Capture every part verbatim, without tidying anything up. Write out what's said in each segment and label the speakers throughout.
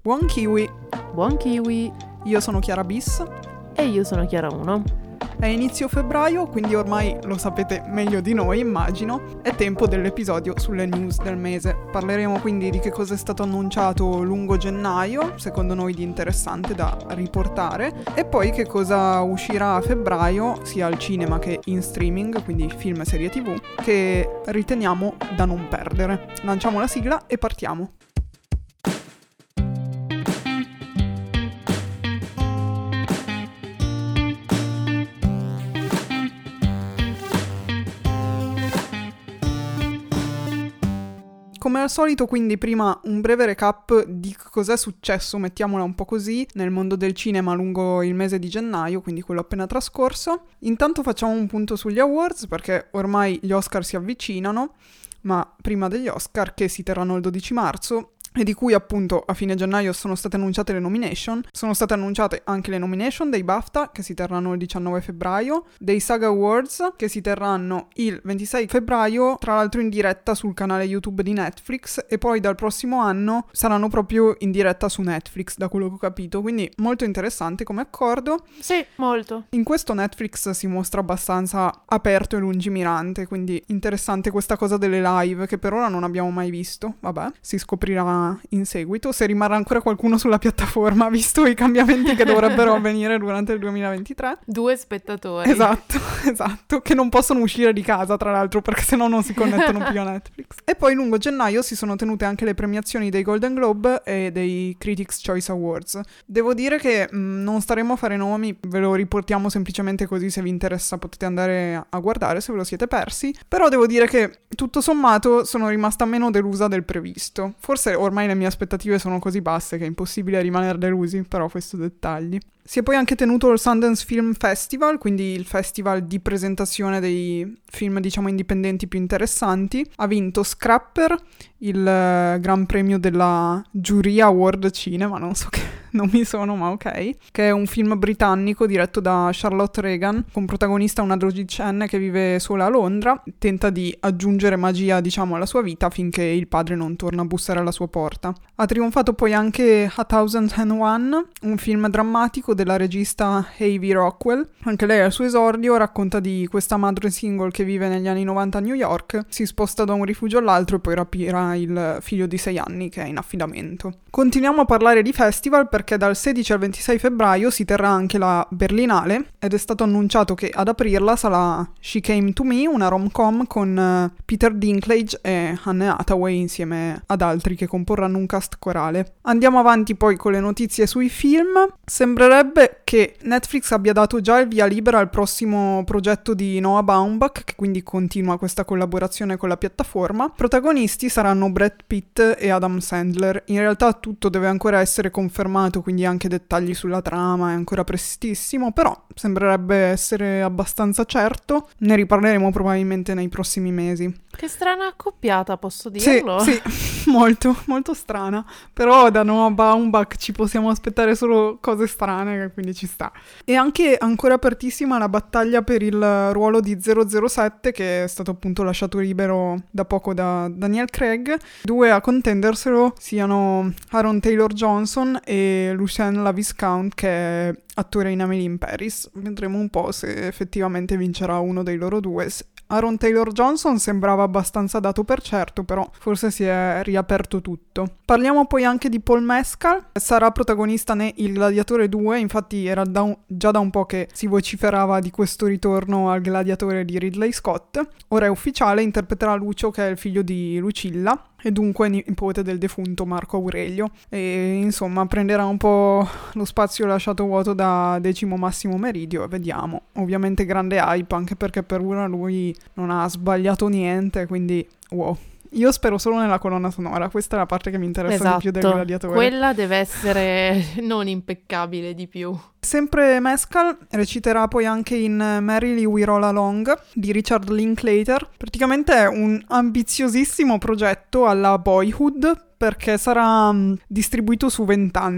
Speaker 1: Buon kiwi!
Speaker 2: Buon kiwi!
Speaker 1: Io sono Chiara Bis.
Speaker 2: E io sono Chiara uno.
Speaker 1: È inizio febbraio, quindi ormai lo sapete meglio di noi, immagino. È tempo dell'episodio sulle news del mese. Parleremo quindi di che cosa è stato annunciato lungo gennaio, secondo noi di interessante da riportare, e poi che cosa uscirà a febbraio, sia al cinema che in streaming, quindi film e serie tv, che riteniamo da non perdere. Lanciamo la sigla e partiamo. Come al solito, quindi, prima un breve recap di cos'è successo, mettiamola un po' così, nel mondo del cinema lungo il mese di gennaio, quindi quello appena trascorso. Intanto facciamo un punto sugli awards, perché ormai gli Oscar si avvicinano, ma prima degli Oscar, che si terranno il dodici marzo, e di cui appunto a fine gennaio sono state annunciate le nomination. Sono state annunciate anche le nomination dei BAFTA, che si terranno il diciannove febbraio, dei Saga Awards, che si terranno il ventisei febbraio, tra l'altro in diretta sul canale YouTube di Netflix, e poi dal prossimo anno saranno proprio in diretta su Netflix, da quello che ho capito, quindi molto interessante come accordo.
Speaker 2: Sì, molto.
Speaker 1: In questo Netflix si mostra abbastanza aperto e lungimirante, quindi interessante questa cosa delle live, che per ora non abbiamo mai visto. Vabbè, si scoprirà in seguito, se rimarrà ancora qualcuno sulla piattaforma, visto i cambiamenti che dovrebbero avvenire durante il duemilaventitré.
Speaker 2: Due spettatori.
Speaker 1: Esatto, esatto, che non possono uscire di casa, tra l'altro, perché sennò non si connettono più a Netflix. E poi lungo gennaio si sono tenute anche le premiazioni dei Golden Globe e dei Critics' Choice Awards. Devo dire che mh, non staremo a fare nomi, ve lo riportiamo semplicemente così, se vi interessa potete andare a guardare se ve lo siete persi, però devo dire che tutto sommato sono rimasta meno delusa del previsto. Forse ormai le mie aspettative sono così basse che è impossibile rimanere delusi, però questo dettagli. Si è poi anche tenuto il Sundance Film Festival, quindi il festival di presentazione dei film, diciamo, indipendenti più interessanti. Ha vinto Scrapper, il uh, gran premio della giuria Award Cinema, non so che non mi sono, ma ok, che è un film britannico diretto da Charlotte Regan, con protagonista una dodicenne che vive sola a Londra, tenta di aggiungere magia, diciamo, alla sua vita finché il padre non torna a bussare alla sua porta. Ha trionfato poi anche A Thousand and One, un film drammatico della regista Avi Rockwell. Anche lei al suo esordio racconta di questa madre single che vive negli anni novanta a New York, si sposta da un rifugio all'altro e poi rapirà il figlio di sei anni che è in affidamento. Continuiamo a parlare di festival perché dal sedici al ventisei febbraio si terrà anche la Berlinale ed è stato annunciato che ad aprirla sarà She Came to Me, una rom-com con Peter Dinklage e Anne Hathaway insieme ad altri che comporranno un cast corale. Andiamo avanti poi con le notizie sui film. Sembrerebbe che Netflix abbia dato già il via libera al prossimo progetto di Noah Baumbach, che quindi continua questa collaborazione con la piattaforma. Protagonisti saranno Brad Pitt e Adam Sandler. In realtà tutto deve ancora essere confermato, quindi anche dettagli sulla trama è ancora prestissimo, però sembrerebbe essere abbastanza certo. Ne riparleremo probabilmente nei prossimi mesi.
Speaker 2: Che strana accoppiata, posso dirlo?
Speaker 1: Sì, sì, molto, molto strana. Però da Noah Baumbach ci possiamo aspettare solo cose strane, quindi ci sta. E anche ancora apertissima la battaglia per il ruolo di zero zero sette, che è stato appunto lasciato libero da poco da Daniel Craig. Due a contenderselo siano Aaron Taylor-Johnson e Lucien Laviscount, che è attore in Emily in Paris. Vedremo un po' se effettivamente vincerà uno dei loro due. Aaron Taylor-Johnson sembrava abbastanza dato per certo, però forse si è riaperto tutto. Parliamo poi anche di Paul Mescal, sarà protagonista ne Il Gladiatore due, infatti era da un, già da un po' che si vociferava di questo ritorno al Gladiatore di Ridley Scott. Ora è ufficiale, interpreterà Lucio, che è il figlio di Lucilla, e dunque nipote del defunto Marco Aurelio, e insomma prenderà un po' lo spazio lasciato vuoto da Decimo Massimo Meridio, e vediamo. Ovviamente grande hype, anche perché per ora lui non ha sbagliato niente, quindi wow. Io spero solo nella colonna sonora, questa è la parte che mi interessa
Speaker 2: esatto,
Speaker 1: di più del Gladiatore.
Speaker 2: Quella deve essere non impeccabile di più.
Speaker 1: Sempre Mescal reciterà poi anche in Merrily We Roll Along di Richard Linklater. Praticamente è un ambiziosissimo progetto alla Boyhood, perché sarà um, distribuito su vent'anni,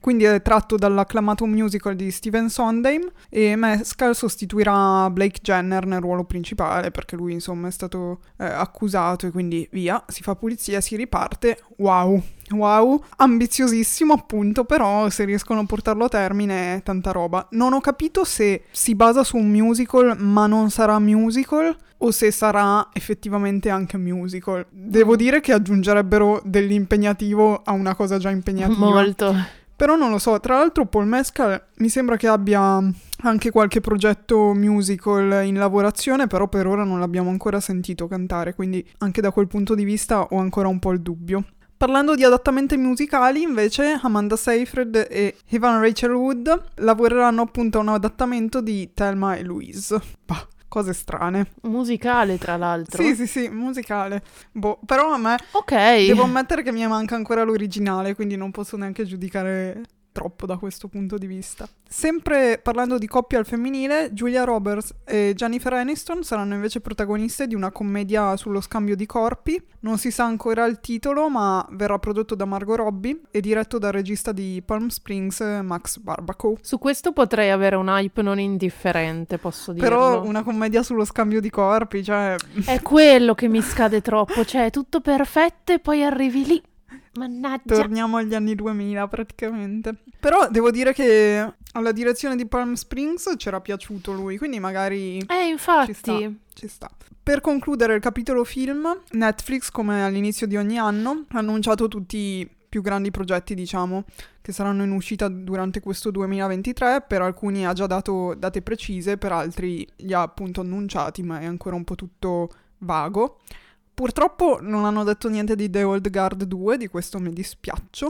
Speaker 1: quindi è tratto dall'acclamato musical di Stephen Sondheim, e Mescal sostituirà Blake Jenner nel ruolo principale perché lui insomma è stato eh, accusato, e quindi via, si fa pulizia, si riparte. Wow, wow, ambiziosissimo appunto, però se riescono a portarlo a termine è tanta roba. Non ho capito se si basa su un musical ma non sarà musical o se sarà effettivamente anche musical. Devo dire che aggiungerebbero dell'impegnativo a una cosa già impegnativa.
Speaker 2: Molto.
Speaker 1: Però non lo so, tra l'altro Paul Mescal mi sembra che abbia anche qualche progetto musical in lavorazione, però per ora non l'abbiamo ancora sentito cantare, quindi anche da quel punto di vista ho ancora un po' il dubbio. Parlando di adattamenti musicali, invece, Amanda Seyfried e Evan Rachel Wood lavoreranno appunto a un adattamento di Thelma e Louise. Bah, cose strane.
Speaker 2: Musicale, tra l'altro.
Speaker 1: Sì, sì, sì, musicale. Boh, però a me
Speaker 2: Ok.
Speaker 1: devo ammettere che mi manca ancora l'originale, quindi non posso neanche giudicare troppo da questo punto di vista. Sempre parlando di coppia al femminile, Julia Roberts e Jennifer Aniston saranno invece protagoniste di una commedia sullo scambio di corpi. Non si sa ancora il titolo, ma verrà prodotto da Margot Robbie e diretto dal regista di Palm Springs, Max Barbacoa.
Speaker 2: Su questo potrei avere un hype non indifferente, posso dirlo.
Speaker 1: Però una commedia sullo scambio di corpi, cioè...
Speaker 2: È quello che mi scade troppo, cioè è tutto perfetto e poi arrivi lì. Mannaggia.
Speaker 1: Torniamo agli anni duemila praticamente. Però devo dire che alla direzione di Palm Springs c'era piaciuto lui, quindi magari
Speaker 2: Eh, infatti.
Speaker 1: ci sta, ci sta. Per concludere il capitolo film, Netflix, come all'inizio di ogni anno, ha annunciato tutti i più grandi progetti, diciamo, che saranno in uscita durante questo duemilaventitré. Per alcuni ha già dato date precise, per altri li ha appunto annunciati, ma è ancora un po' tutto vago. Purtroppo non hanno detto niente di The Old Guard due, di questo mi dispiaccio.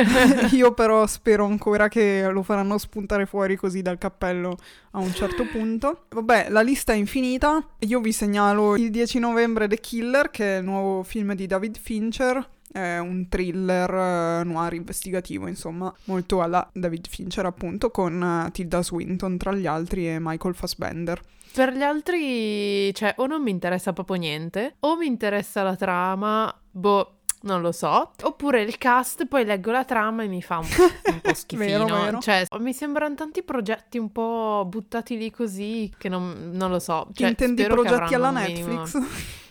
Speaker 1: Io però spero ancora che lo faranno spuntare fuori così dal cappello a un certo punto. Vabbè, la lista è infinita. Io vi segnalo il dieci novembre The Killer, che è il nuovo film di David Fincher. È un thriller noir investigativo, insomma, molto alla David Fincher appunto, con uh, Tilda Swinton tra gli altri e Michael Fassbender.
Speaker 2: Per gli altri, cioè, o non mi interessa proprio niente, o mi interessa la trama, boh, non lo so, oppure il cast, poi leggo la trama e mi fa un, un po' schifino.
Speaker 1: Vero, vero.
Speaker 2: Cioè, mi sembrano tanti progetti un po' buttati lì così, che non, non lo so. Cioè,
Speaker 1: Intendi
Speaker 2: spero che
Speaker 1: progetti alla
Speaker 2: avranno un minimo-
Speaker 1: Netflix?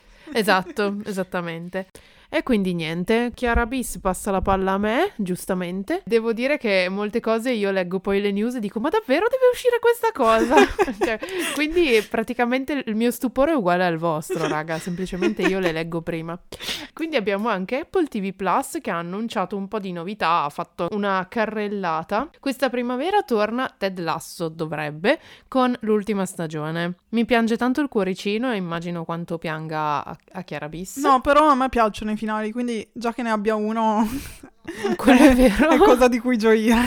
Speaker 2: Esatto, esattamente. E quindi niente, Chiara Bis passa la palla a me, giustamente. Devo dire che molte cose io leggo poi le news e dico, ma davvero deve uscire questa cosa? Cioè, quindi praticamente il mio stupore è uguale al vostro, raga, semplicemente io le leggo prima. Quindi abbiamo anche Apple ti vu Plus che ha annunciato un po' di novità, ha fatto una carrellata. Questa primavera torna Ted Lasso, dovrebbe, con l'ultima stagione. Mi piange tanto il cuoricino e immagino quanto pianga a, a Chiara Bis.
Speaker 1: No, però a me piacciono i finali, quindi già che ne abbia uno,
Speaker 2: Quello è vero.
Speaker 1: è cosa di cui gioire.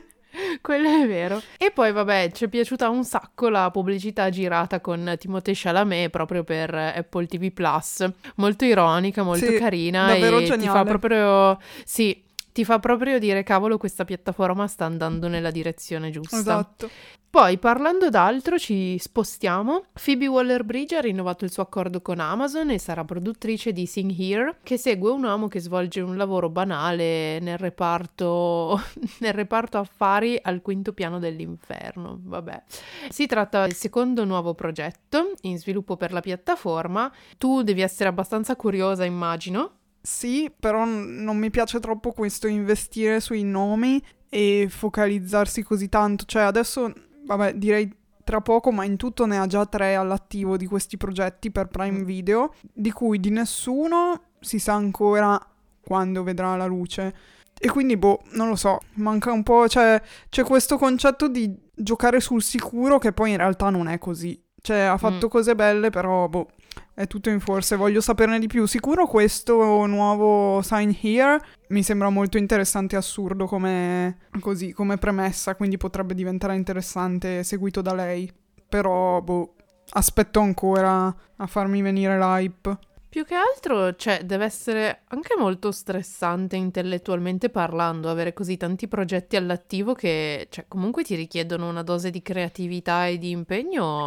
Speaker 2: Quello è vero. E poi vabbè, ci è piaciuta un sacco la pubblicità girata con Timothée Chalamet proprio per Apple ti vu Plus. Molto ironica, molto
Speaker 1: Sì,
Speaker 2: carina
Speaker 1: davvero
Speaker 2: e ti fa
Speaker 1: geniale.
Speaker 2: proprio... Sì, ti fa proprio dire cavolo, questa piattaforma sta andando nella direzione giusta.
Speaker 1: Esatto.
Speaker 2: Poi, parlando d'altro, ci spostiamo. Phoebe Waller-Bridge ha rinnovato il suo accordo con Amazon e sarà produttrice di Sing Here, che segue un uomo che svolge un lavoro banale nel reparto, nel reparto affari al quinto piano dell'inferno. Vabbè. Si tratta del secondo nuovo progetto in sviluppo per la piattaforma. Tu devi essere abbastanza curiosa, immagino.
Speaker 1: Sì, però n- non mi piace troppo questo investire sui nomi e focalizzarsi così tanto. Cioè adesso, vabbè, direi tra poco, ma in tutto ne ha già tre all'attivo di questi progetti per Prime Video, di cui di nessuno si sa ancora quando vedrà la luce. E quindi, boh, non lo so, manca un po', cioè c'è questo concetto di giocare sul sicuro che poi in realtà non è così. Cioè ha fatto
Speaker 2: Mm.
Speaker 1: cose belle, però, boh, è tutto in forse, voglio saperne di più. Sicuro questo nuovo Sign Here mi sembra molto interessante e assurdo come, così, come premessa, quindi potrebbe diventare interessante seguito da lei. Però, boh, aspetto ancora a farmi venire l'hype.
Speaker 2: Più che altro, cioè, deve essere anche molto stressante intellettualmente parlando, avere così tanti progetti all'attivo che, cioè, comunque ti richiedono una dose di creatività e di impegno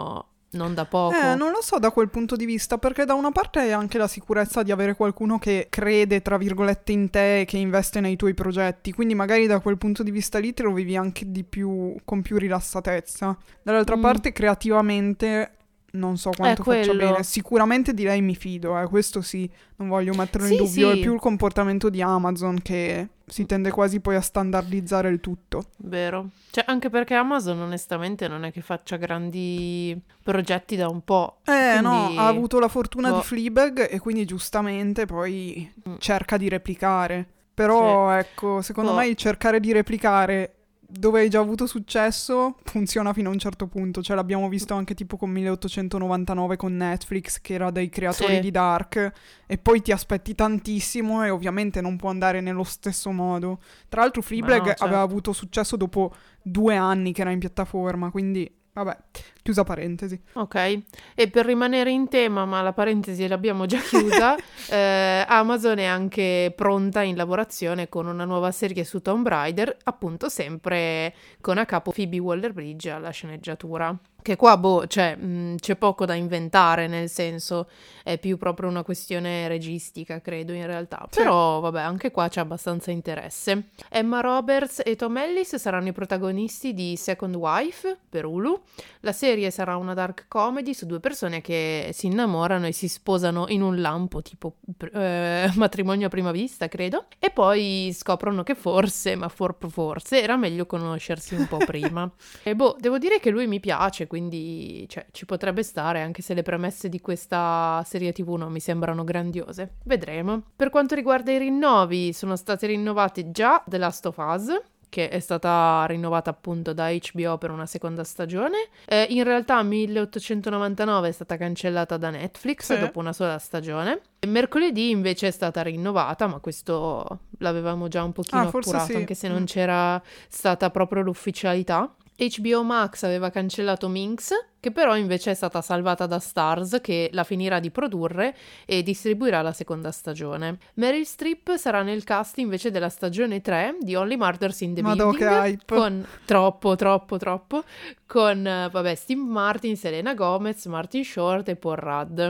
Speaker 2: non da poco.
Speaker 1: Eh, non lo so da quel punto di vista, perché da una parte hai anche la sicurezza di avere qualcuno che crede, tra virgolette, in te e che investe nei tuoi progetti, quindi magari da quel punto di vista lì te lo vivi anche di più, con più rilassatezza. Dall'altra
Speaker 2: Mm.
Speaker 1: parte, creativamente, non so quanto faccia
Speaker 2: quello.
Speaker 1: bene. Sicuramente di lei mi fido, eh, questo sì, non voglio metterlo in
Speaker 2: Sì,
Speaker 1: dubbio.
Speaker 2: sì.
Speaker 1: È più il comportamento di Amazon che si tende quasi poi a standardizzare il tutto.
Speaker 2: Vero. Cioè, anche perché Amazon onestamente non è che faccia grandi progetti da un po'.
Speaker 1: Eh no,
Speaker 2: Quindi-
Speaker 1: ha avuto la fortuna
Speaker 2: boh.
Speaker 1: di Fleabag e quindi giustamente poi
Speaker 2: Mm.
Speaker 1: cerca di replicare. Però ecco, secondo
Speaker 2: Boh.
Speaker 1: me il cercare di replicare dove hai già avuto successo funziona fino a un certo punto. Cioè l'abbiamo visto anche tipo con milleottocentonovantanove con Netflix, che era dei creatori
Speaker 2: Sì.
Speaker 1: di Dark, e poi ti aspetti tantissimo e ovviamente non può andare nello stesso modo. Tra l'altro Fleabag
Speaker 2: no, certo.
Speaker 1: aveva avuto successo dopo due anni che era in piattaforma, quindi vabbè, chiusa parentesi.
Speaker 2: Ok, e per rimanere in tema, ma la parentesi l'abbiamo già chiusa, eh, Amazon è anche pronta in lavorazione con una nuova serie su Tomb Raider, appunto sempre con a capo Phoebe Waller-Bridge alla sceneggiatura. Che qua, boh, cioè, mh, c'è poco da inventare, nel senso, è più proprio una questione registica, credo, in realtà.
Speaker 1: Sì.
Speaker 2: Però, vabbè, anche qua c'è abbastanza interesse. Emma Roberts e Tom Ellis saranno i protagonisti di Second Wife per Hulu. La serie sarà una dark comedy su due persone che si innamorano e si sposano in un lampo, tipo eh, matrimonio a prima vista, credo. E poi scoprono che forse, ma for- forse, era meglio conoscersi un po' prima. E boh, devo dire che lui mi piace, quindi cioè, ci potrebbe stare, anche se le premesse di questa serie tivù non mi sembrano grandiose. Vedremo. Per quanto riguarda i rinnovi, sono state rinnovate già The Last of Us, che è stata rinnovata appunto da H B O per una seconda stagione. Eh, in realtà milleottocentonovantanove è stata cancellata da Netflix
Speaker 1: Sì.
Speaker 2: dopo una sola stagione. E mercoledì invece è stata rinnovata, ma questo l'avevamo già un pochino
Speaker 1: Ah, forse
Speaker 2: appurato,
Speaker 1: sì.
Speaker 2: anche se non
Speaker 1: Mm.
Speaker 2: c'era stata proprio l'ufficialità. H B O Max aveva cancellato Minx, che però invece è stata salvata da Starz, che la finirà di produrre e distribuirà la seconda stagione. Meryl Streep sarà nel cast invece della stagione tre di Only Murders in the
Speaker 1: Madò,
Speaker 2: Building,
Speaker 1: che hype.
Speaker 2: con troppo, troppo, troppo, con, eh, vabbè, Steve Martin, Selena Gomez, Martin Short e Paul Rudd.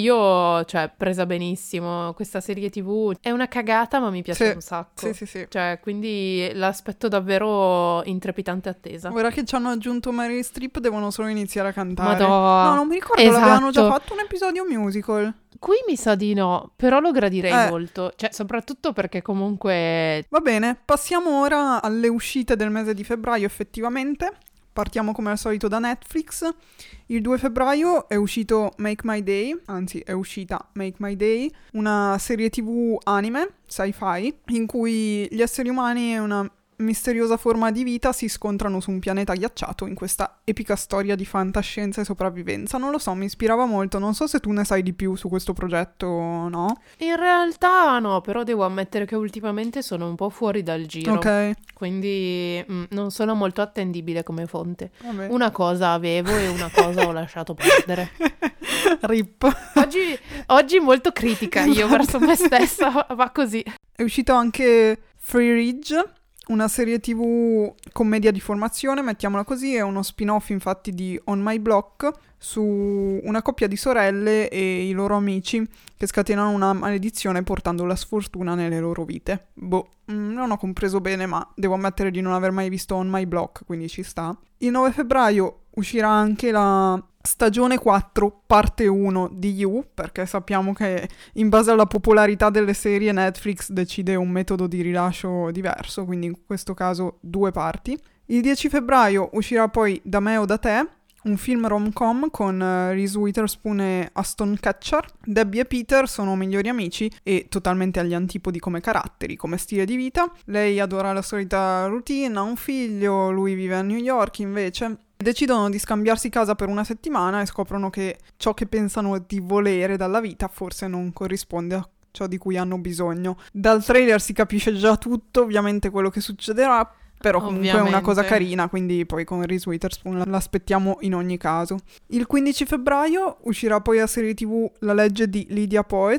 Speaker 2: Io, cioè, presa benissimo, questa serie tivù è una cagata, ma mi piace
Speaker 1: Sì,
Speaker 2: un sacco.
Speaker 1: Sì, sì, sì.
Speaker 2: Cioè, quindi l'aspetto davvero in trepidante attesa.
Speaker 1: Ora che ci hanno aggiunto Meryl Streep devono solo iniziare a cantare.
Speaker 2: Madò.
Speaker 1: No, non mi ricordo,
Speaker 2: Esatto.
Speaker 1: l'avevano già fatto un episodio musical.
Speaker 2: Qui mi sa di no, però lo gradirei
Speaker 1: Eh.
Speaker 2: molto. Cioè, soprattutto perché comunque...
Speaker 1: Va bene, passiamo ora alle uscite del mese di febbraio effettivamente. Partiamo come al solito da Netflix. Il due febbraio è uscito Make My Day, anzi è uscita Make My Day, una serie tivù anime, sci-fi, in cui gli esseri umani e una misteriosa forma di vita si scontrano su un pianeta ghiacciato in questa epica storia di fantascienza e sopravvivenza. Non lo so, mi ispirava molto, non so se tu ne sai di più su questo progetto o no.
Speaker 2: In realtà no, però devo ammettere che ultimamente sono un po' fuori dal giro.
Speaker 1: Ok,
Speaker 2: Quindi mm, non sono molto attendibile come fonte.
Speaker 1: vabbè.
Speaker 2: Una cosa avevo e una cosa ho lasciato perdere.
Speaker 1: Rip.
Speaker 2: Oggi, oggi molto critica io verso me stessa, va- va così.
Speaker 1: È uscito anche Free Ridge, una serie tivù commedia di formazione, mettiamola così, è uno spin-off infatti di On My Block su una coppia di sorelle e i loro amici che scatenano una maledizione portando la sfortuna nelle loro vite. Boh, mm, non ho compreso bene, ma devo ammettere di non aver mai visto On My Block, quindi ci sta. Il nove febbraio uscirà anche la stagione quattro, parte uno di You, perché sappiamo che in base alla popolarità delle serie Netflix decide un metodo di rilascio diverso, quindi in questo caso due parti. Il dieci febbraio uscirà poi Da me o da te, un film rom-com con uh, Reese Witherspoon e Aston Kutcher. Debbie e Peter sono migliori amici e totalmente agli antipodi come caratteri, come stile di vita. Lei adora la solita routine, ha un figlio, lui vive a New York invece. Decidono di scambiarsi casa per una settimana e scoprono che ciò che pensano di volere dalla vita forse non corrisponde a ciò di cui hanno bisogno. Dal trailer si capisce già tutto, ovviamente quello che succederà, però comunque è una cosa
Speaker 2: Ovviamente.
Speaker 1: carina, quindi poi con Reese Witherspoon l'aspettiamo in ogni caso. Il quindici febbraio uscirà poi la serie tivù La legge di Lydia Poet,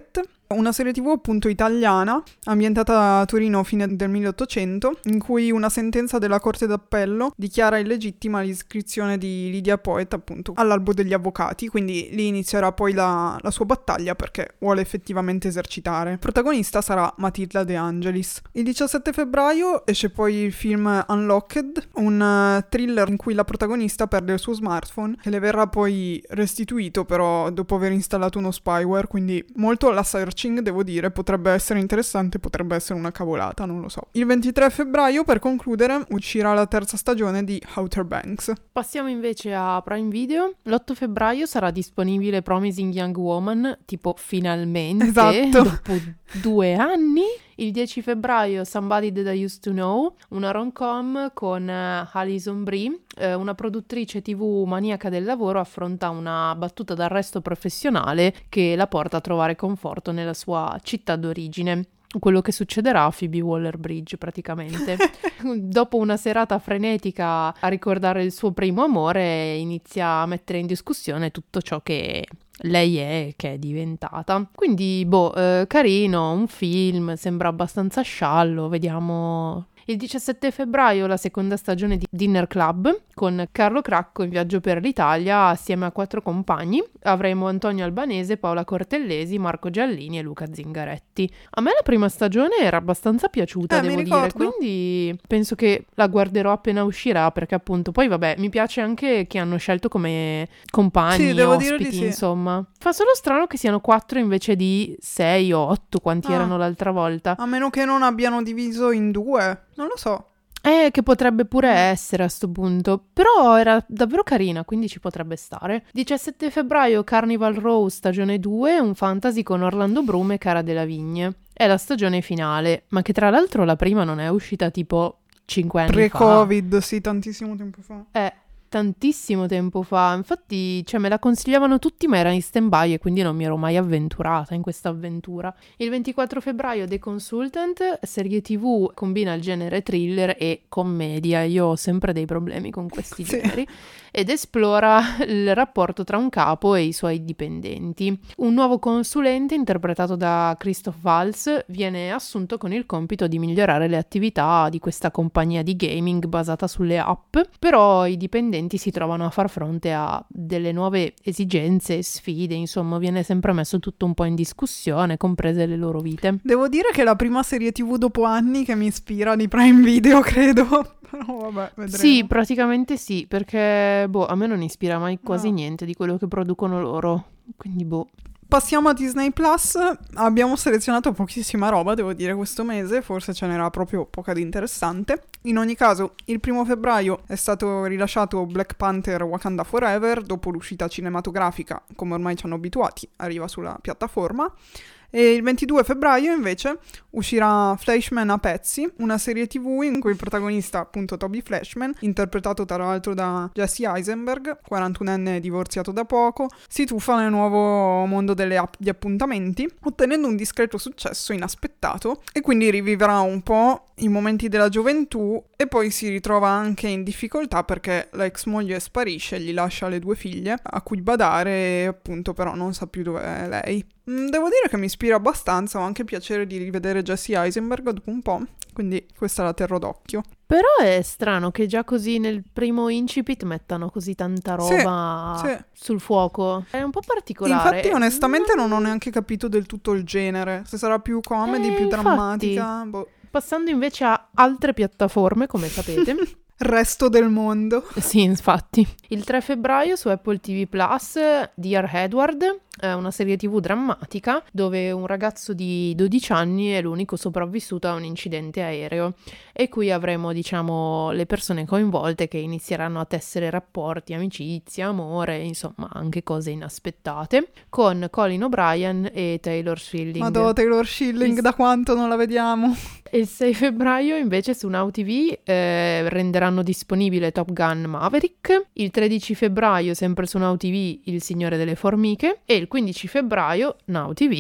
Speaker 1: Una serie tv appunto italiana, ambientata a Torino fine del milleottocento, in cui una sentenza della Corte d'Appello dichiara illegittima l'iscrizione di Lydia Poet appunto all'albo degli avvocati, quindi lì inizierà poi la, la sua battaglia perché vuole effettivamente esercitare. Il protagonista sarà Matilda De Angelis. Il diciassette febbraio esce poi il film Unlocked, un uh, thriller in cui la protagonista perde il suo smartphone e le verrà poi restituito però dopo aver installato uno spyware, quindi molto alla searching, devo dire, potrebbe essere interessante, potrebbe essere una cavolata, non lo so. Il ventitré febbraio, per concludere, uscirà la terza stagione di Outer Banks.
Speaker 2: Passiamo invece a Prime Video. L'otto febbraio sarà disponibile Promising Young Woman, tipo finalmente,
Speaker 1: esatto,
Speaker 2: dopo due anni. Il dieci febbraio Somebody That I Used to Know, una rom-com con uh, Alison Brie, eh, una produttrice tv maniaca del lavoro, affronta una battuta d'arresto professionale che la porta a trovare conforto nella sua città d'origine. Quello che succederà a Phoebe Waller-Bridge praticamente. Dopo una serata frenetica a ricordare il suo primo amore, inizia a mettere in discussione tutto ciò che lei è, che è diventata. Quindi, boh, eh, carino, un film, sembra abbastanza sciallo, vediamo. Il diciassette febbraio la seconda stagione di Dinner Club con Carlo Cracco in viaggio per l'Italia assieme a quattro compagni. Avremo Antonio Albanese, Paola Cortellesi, Marco Giallini e Luca Zingaretti. A me la prima stagione era abbastanza piaciuta,
Speaker 1: eh,
Speaker 2: devo
Speaker 1: mi
Speaker 2: dire,
Speaker 1: ricordo.
Speaker 2: quindi penso che la guarderò appena uscirà, perché appunto poi vabbè mi piace anche che hanno scelto come compagni,
Speaker 1: sì, devo
Speaker 2: ospiti,
Speaker 1: dire di sì.
Speaker 2: Insomma. Fa solo strano che siano quattro invece di sei o otto quanti
Speaker 1: Ah.
Speaker 2: erano l'altra volta.
Speaker 1: A meno che non abbiano diviso in due, non lo so.
Speaker 2: Eh, che potrebbe pure essere a sto punto, però era davvero carina, quindi ci potrebbe stare. diciassette febbraio Carnival Row stagione due, un fantasy con Orlando Bloom e Cara Delevingne. È la stagione finale, ma che tra l'altro la prima non è uscita tipo cinque anni fa.
Speaker 1: Pre-Covid, sì, tantissimo tempo fa.
Speaker 2: Eh, tantissimo tempo fa, infatti cioè, me la consigliavano tutti ma era in stand-by e quindi non mi ero mai avventurata in questa avventura. Il ventiquattro febbraio The Consultant, serie tv, combina il genere thriller e commedia, io ho sempre dei problemi con questi
Speaker 1: Sì.
Speaker 2: generi, ed esplora il rapporto tra un capo e i suoi dipendenti. Un nuovo consulente interpretato da Christoph Waltz viene assunto con il compito di migliorare le attività di questa compagnia di gaming basata sulle app, però i dipendenti si trovano a far fronte a delle nuove esigenze e sfide, insomma viene sempre messo tutto un po' in discussione, comprese le loro vite.
Speaker 1: Devo dire che è la prima serie tv dopo anni che mi ispira di Prime Video, credo. Però vabbè, vedremo.
Speaker 2: Sì, praticamente sì, perché boh, a me non ispira mai quasi
Speaker 1: No.
Speaker 2: niente di quello che producono loro, quindi boh.
Speaker 1: Passiamo a Disney Plus. Abbiamo selezionato pochissima roba, devo dire, questo mese, forse ce n'era proprio poca di interessante. In ogni caso, il primo febbraio è stato rilasciato Black Panther Wakanda Forever, dopo l'uscita cinematografica, come ormai ci hanno abituati, arriva sulla piattaforma. E il ventidue febbraio invece uscirà Fleshman a pezzi, una serie tv in cui il protagonista, appunto Toby Fleshman, interpretato tra l'altro da Jesse Eisenberg, quarantunenne divorziato da poco, si tuffa nel nuovo mondo delle app di appuntamenti, ottenendo un discreto successo inaspettato, e quindi rivivrà un po' i momenti della gioventù e poi si ritrova anche in difficoltà perché la ex moglie sparisce, gli lascia le due figlie a cui badare e appunto però non sa più dove è lei. Devo dire che mi ispira abbastanza, ho anche piacere di rivedere Jesse Eisenberg dopo un po', quindi questa la terrò d'occhio.
Speaker 2: Però è strano che già così nel primo incipit mettano così tanta roba
Speaker 1: Sì, sì.
Speaker 2: sul fuoco. È un po' particolare.
Speaker 1: Infatti onestamente non ho neanche capito del tutto il genere, se sarà più comedy,
Speaker 2: Eh,
Speaker 1: più
Speaker 2: infatti.
Speaker 1: drammatica, boh.
Speaker 2: Passando invece a altre piattaforme, come sapete.
Speaker 1: Resto del mondo.
Speaker 2: Sì, infatti. Il tre febbraio su Apple ti vu Plus, Dear Edward, è una serie tv drammatica dove un ragazzo di dodici anni è l'unico sopravvissuto a un incidente aereo e qui avremo, diciamo, le persone coinvolte che inizieranno a tessere rapporti, amicizia, amore, insomma, anche cose inaspettate, con Colin O'Brien e Taylor Schilling.
Speaker 1: Madò, Taylor Schilling,
Speaker 2: Il-
Speaker 1: da quanto non la vediamo?
Speaker 2: Il sei febbraio invece su Now ti vu eh, renderanno disponibile Top Gun Maverick, il tredici febbraio sempre su Now ti vu Il Signore delle Formiche e il quindici febbraio Now ti vu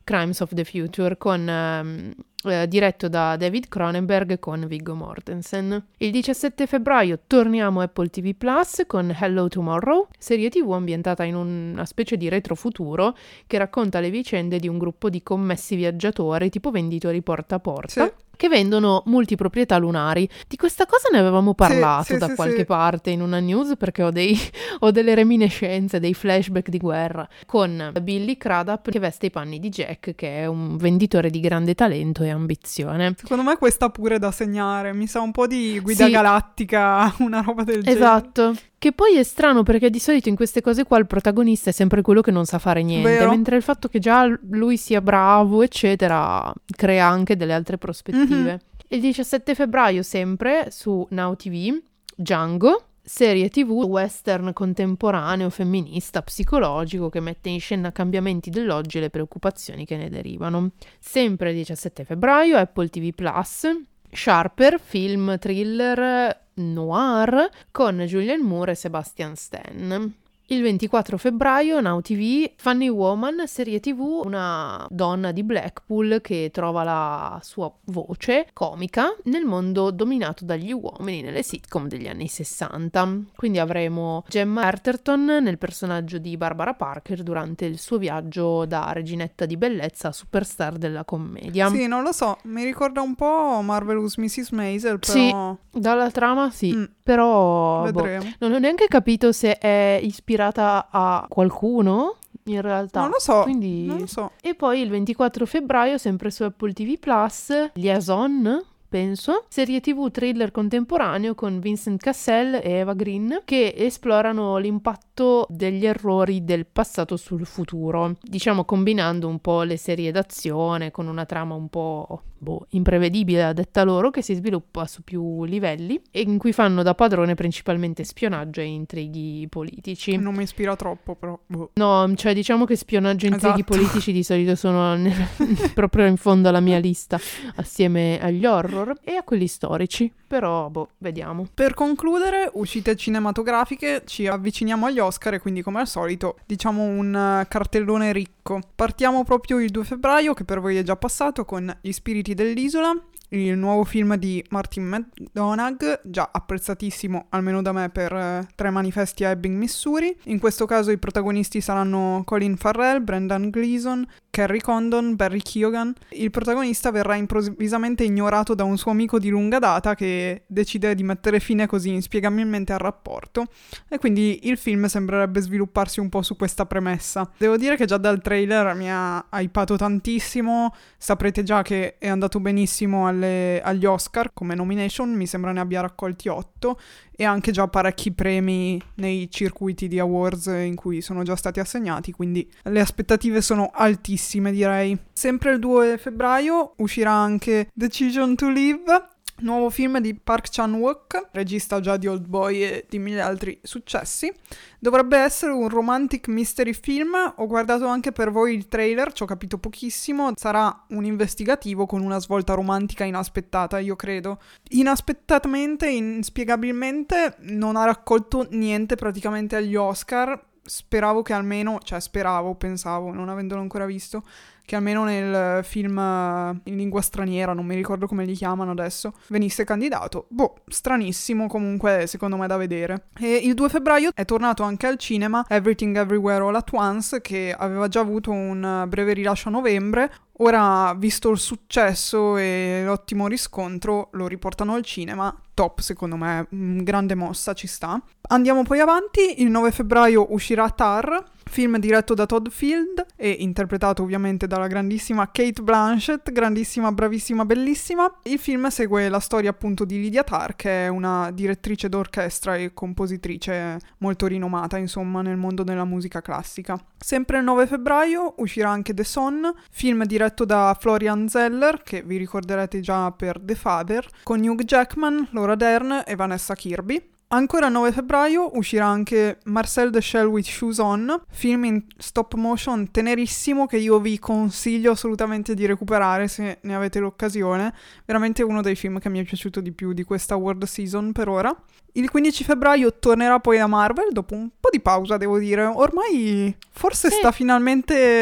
Speaker 2: Crimes of the Future, con... Um, Eh, diretto da David Cronenberg con Viggo Mortensen. Il diciassette febbraio torniamo a Apple T V Plus con Hello Tomorrow, serie tv ambientata in una specie di retrofuturo che racconta le vicende di un gruppo di commessi viaggiatori tipo venditori porta a porta. Sì. Che vendono multiproprietà lunari. Di questa cosa ne avevamo parlato sì, sì, da sì, qualche sì. parte in una news, perché ho, dei, ho delle reminiscenze, dei flashback di guerra, con Billy Crudup che veste i panni di Jack, che è un venditore di grande talento e ambizione.
Speaker 1: Secondo me questa pure da segnare, mi sa un po' di Guida
Speaker 2: sì.
Speaker 1: Galattica, una roba del genere.
Speaker 2: Esatto. Che poi è strano perché di solito in queste cose qua il protagonista è sempre quello che non sa fare niente, Vero. mentre il fatto che già lui sia bravo, eccetera, crea anche delle altre prospettive. Mm-hmm. Il diciassette febbraio sempre su Now T V, Django, serie tv western contemporaneo, femminista, psicologico, che mette in scena cambiamenti dell'oggi e le preoccupazioni che ne derivano. Sempre il diciassette febbraio Apple T V Plus, Sharper, film thriller noir con Julianne Moore e Sebastian Stan. Il ventiquattro febbraio Now T V, Funny Woman, serie tv, una donna di Blackpool che trova la sua voce comica nel mondo dominato dagli uomini nelle sitcom degli anni sessanta. Quindi avremo Gemma Arterton nel personaggio di Barbara Parker durante il suo viaggio da reginetta di bellezza a superstar della commedia.
Speaker 1: Sì, non lo so, mi ricorda un po' Marvelous missus Maisel, però...
Speaker 2: Sì, dalla trama sì, mm. però
Speaker 1: vedremo.
Speaker 2: Boh, non ho neanche capito se è ispirata a qualcuno in realtà.
Speaker 1: Non lo so,
Speaker 2: quindi...
Speaker 1: non lo so.
Speaker 2: E poi il ventiquattro febbraio, sempre su Apple T V Plus, Liaison, penso, serie tv thriller contemporaneo con Vincent Cassel e Eva Green, che esplorano l'impatto degli errori del passato sul futuro, diciamo combinando un po' le serie d'azione con una trama un po' boh, imprevedibile a detta loro, che si sviluppa su più livelli e in cui fanno da padrone principalmente spionaggio e intrighi politici.
Speaker 1: Non mi ispira troppo, però boh.
Speaker 2: No, cioè diciamo che spionaggio e intrighi
Speaker 1: esatto.
Speaker 2: politici di solito sono nel, proprio in fondo alla mia lista, assieme agli horror e a quelli storici, però boh, vediamo.
Speaker 1: Per concludere, uscite cinematografiche, ci avviciniamo agli Oscar e quindi come al solito diciamo un uh, cartellone ricco. Partiamo proprio il due febbraio, che per voi è già passato, con Gli spiriti dell'isola, il nuovo film di Martin McDonagh, già apprezzatissimo almeno da me per uh, Tre manifesti a Ebbing, Missouri. In questo caso i protagonisti saranno Colin Farrell, Brendan Gleeson, Kerry Condon, Barry Keoghan. Il protagonista verrà improvvisamente ignorato da un suo amico di lunga data che decide di mettere fine così inspiegabilmente al rapporto, e quindi il film sembrerebbe svilupparsi un po' su questa premessa. Devo dire che già dal trailer mi ha hypato tantissimo, saprete già che è andato benissimo alle, agli Oscar come nomination, mi sembra ne abbia raccolti otto, e anche già parecchi premi nei circuiti di awards in cui sono già stati assegnati, quindi le aspettative sono altissime, direi. Sempre il due febbraio uscirà anche Decision to Live, nuovo film di Park Chan-wook, regista già di Old Boy e di mille altri successi. Dovrebbe essere un romantic mystery film, ho guardato anche per voi il trailer, ci ho capito pochissimo, sarà un investigativo con una svolta romantica inaspettata, io credo. Inaspettatamente, inspiegabilmente, non ha raccolto niente praticamente agli Oscar. Speravo che almeno, cioè speravo, pensavo, non avendolo ancora visto, che almeno nel film in lingua straniera, non mi ricordo come li chiamano adesso, venisse candidato. Boh, stranissimo, comunque secondo me da vedere. E il due febbraio è tornato anche al cinema Everything Everywhere All at Once, che aveva già avuto un breve rilascio a novembre. Ora, visto il successo e l'ottimo riscontro, lo riportano al cinema. Top, secondo me, grande mossa, ci sta. Andiamo poi avanti, il nove febbraio uscirà Tar, film diretto da Todd Field e interpretato ovviamente dalla grandissima Cate Blanchett, grandissima, bravissima, bellissima. Il film segue la storia appunto di Lydia Tarr, che è una direttrice d'orchestra e compositrice molto rinomata, insomma, nel mondo della musica classica. Sempre il nove febbraio uscirà anche The Son, film diretto da Florian Zeller, che vi ricorderete già per The Father, con Hugh Jackman, Laura Dern e Vanessa Kirby. Ancora il nove febbraio uscirà anche Marcel the Shell with Shoes On, film in stop motion tenerissimo che io vi consiglio assolutamente di recuperare se ne avete l'occasione. Veramente uno dei film che mi è piaciuto di più di questa award season per ora. Il quindici febbraio tornerà poi la Marvel, dopo un po' di pausa devo dire. Ormai forse
Speaker 2: sì.
Speaker 1: sta finalmente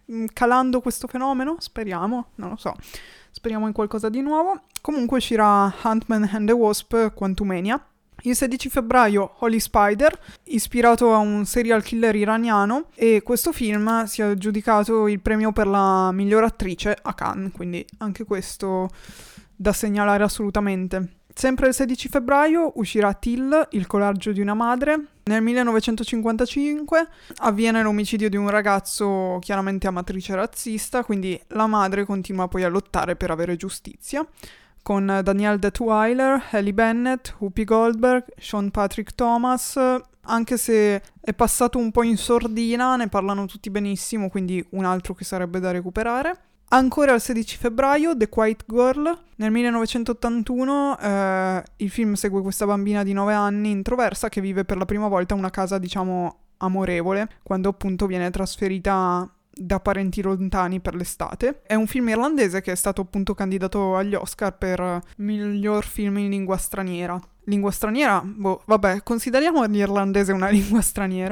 Speaker 1: calando questo fenomeno? Speriamo, non lo so. Speriamo in qualcosa di nuovo. Comunque uscirà Ant-Man and the Wasp: Quantumania. Il sedici febbraio Holy Spider, ispirato a un serial killer iraniano, e questo film si è aggiudicato il premio per la miglior attrice a Cannes, quindi anche questo da segnalare assolutamente. Sempre il sedici febbraio uscirà Till, il coraggio di una madre. Nel millenovecentocinquantacinque avviene l'omicidio di un ragazzo chiaramente a matrice razzista, quindi la madre continua poi a lottare per avere giustizia, con Danielle Detweiler, Halle Bennett, Whoopi Goldberg, Sean Patrick Thomas. Anche se è passato un po' in sordina, ne parlano tutti benissimo, quindi un altro che sarebbe da recuperare. Ancora il sedici febbraio, The Quiet Girl. Nel millenovecentottantuno eh, il film segue questa bambina di nove anni introversa che vive per la prima volta una casa, diciamo, amorevole, quando appunto viene trasferita da parenti lontani per l'estate. È un film irlandese che è stato appunto candidato agli Oscar per miglior film in lingua straniera. Lingua straniera? Boh, vabbè, consideriamo l'irlandese una lingua straniera.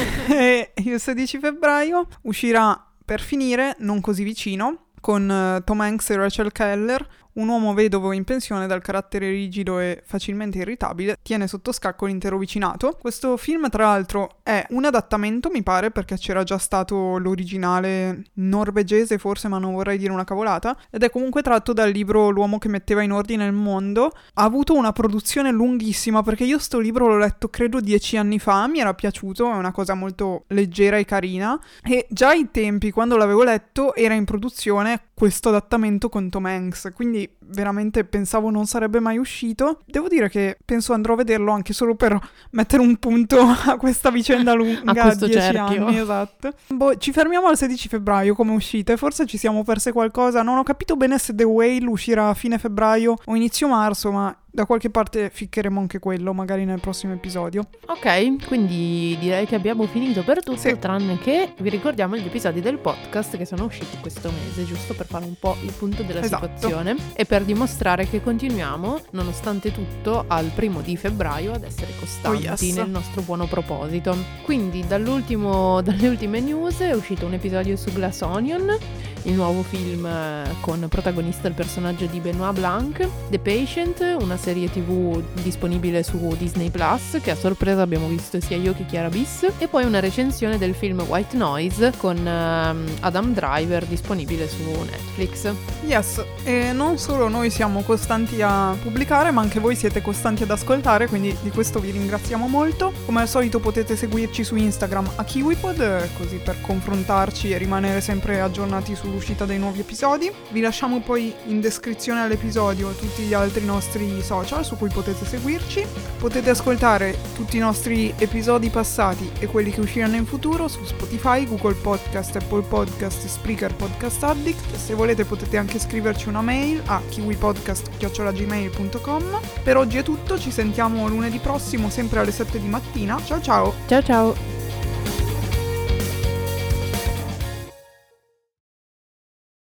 Speaker 1: E il sedici febbraio uscirà Per finire, Non così vicino, con uh, Tom Hanks e Rachel Keller. Un uomo vedovo in pensione dal carattere rigido e facilmente irritabile tiene sotto scacco l'intero vicinato. Questo film, tra l'altro, è un adattamento, mi pare, perché c'era già stato l'originale norvegese, forse, ma non vorrei dire una cavolata, ed è comunque tratto dal libro L'uomo che metteva in ordine il mondo. Ha avuto una produzione lunghissima, perché io sto libro l'ho letto credo dieci anni fa, mi era piaciuto, è una cosa molto leggera e carina, e già ai tempi, quando l'avevo letto, era in produzione questo adattamento con Tom Hanks, quindi veramente pensavo non sarebbe mai uscito. Devo dire che penso andrò a vederlo anche solo per mettere un punto a questa vicenda lunga,
Speaker 2: a questo
Speaker 1: dieci
Speaker 2: cerchio.
Speaker 1: anni, esatto. Boh, ci fermiamo al sedici febbraio come uscite, forse ci siamo perse qualcosa, non ho capito bene se The Whale uscirà a fine febbraio o inizio marzo, ma da qualche parte ficcheremo anche quello, magari nel prossimo episodio.
Speaker 2: Ok, quindi direi che abbiamo finito per tutto,
Speaker 1: sì.
Speaker 2: Tranne che vi ricordiamo gli episodi del podcast che sono usciti questo mese, giusto per fare un po' il punto della
Speaker 1: esatto.
Speaker 2: situazione e per dimostrare che continuiamo, nonostante tutto, al primo di febbraio ad essere costanti
Speaker 1: oh yes.
Speaker 2: nel nostro buono proposito. Quindi dall'ultimo, dalle ultime news è uscito un episodio su Glass Onion, il nuovo film con protagonista il personaggio di Benoit Blanc, The Patient, una serie tv disponibile su Disney Plus, che a sorpresa abbiamo visto sia io che Chiara Bis, e poi una recensione del film White Noise con um, Adam Driver, disponibile su Netflix.
Speaker 1: Yes, e non solo noi siamo costanti a pubblicare, ma anche voi siete costanti ad ascoltare, quindi di questo vi ringraziamo molto. Come al solito potete seguirci su Instagram a KiwiPod, così per confrontarci e rimanere sempre aggiornati sull'uscita dei nuovi episodi. Vi lasciamo poi in descrizione all'episodio tutti gli altri nostri social su cui potete seguirci. Potete ascoltare tutti i nostri episodi passati e quelli che usciranno in futuro su Spotify, Google Podcast, Apple Podcast, Spreaker, Podcast Addict. Se volete potete anche scriverci una mail a kiwipodcast chiocciola gmail punto com. Per oggi è tutto, ci sentiamo lunedì prossimo sempre alle sette di mattina. Ciao ciao!
Speaker 2: Ciao ciao!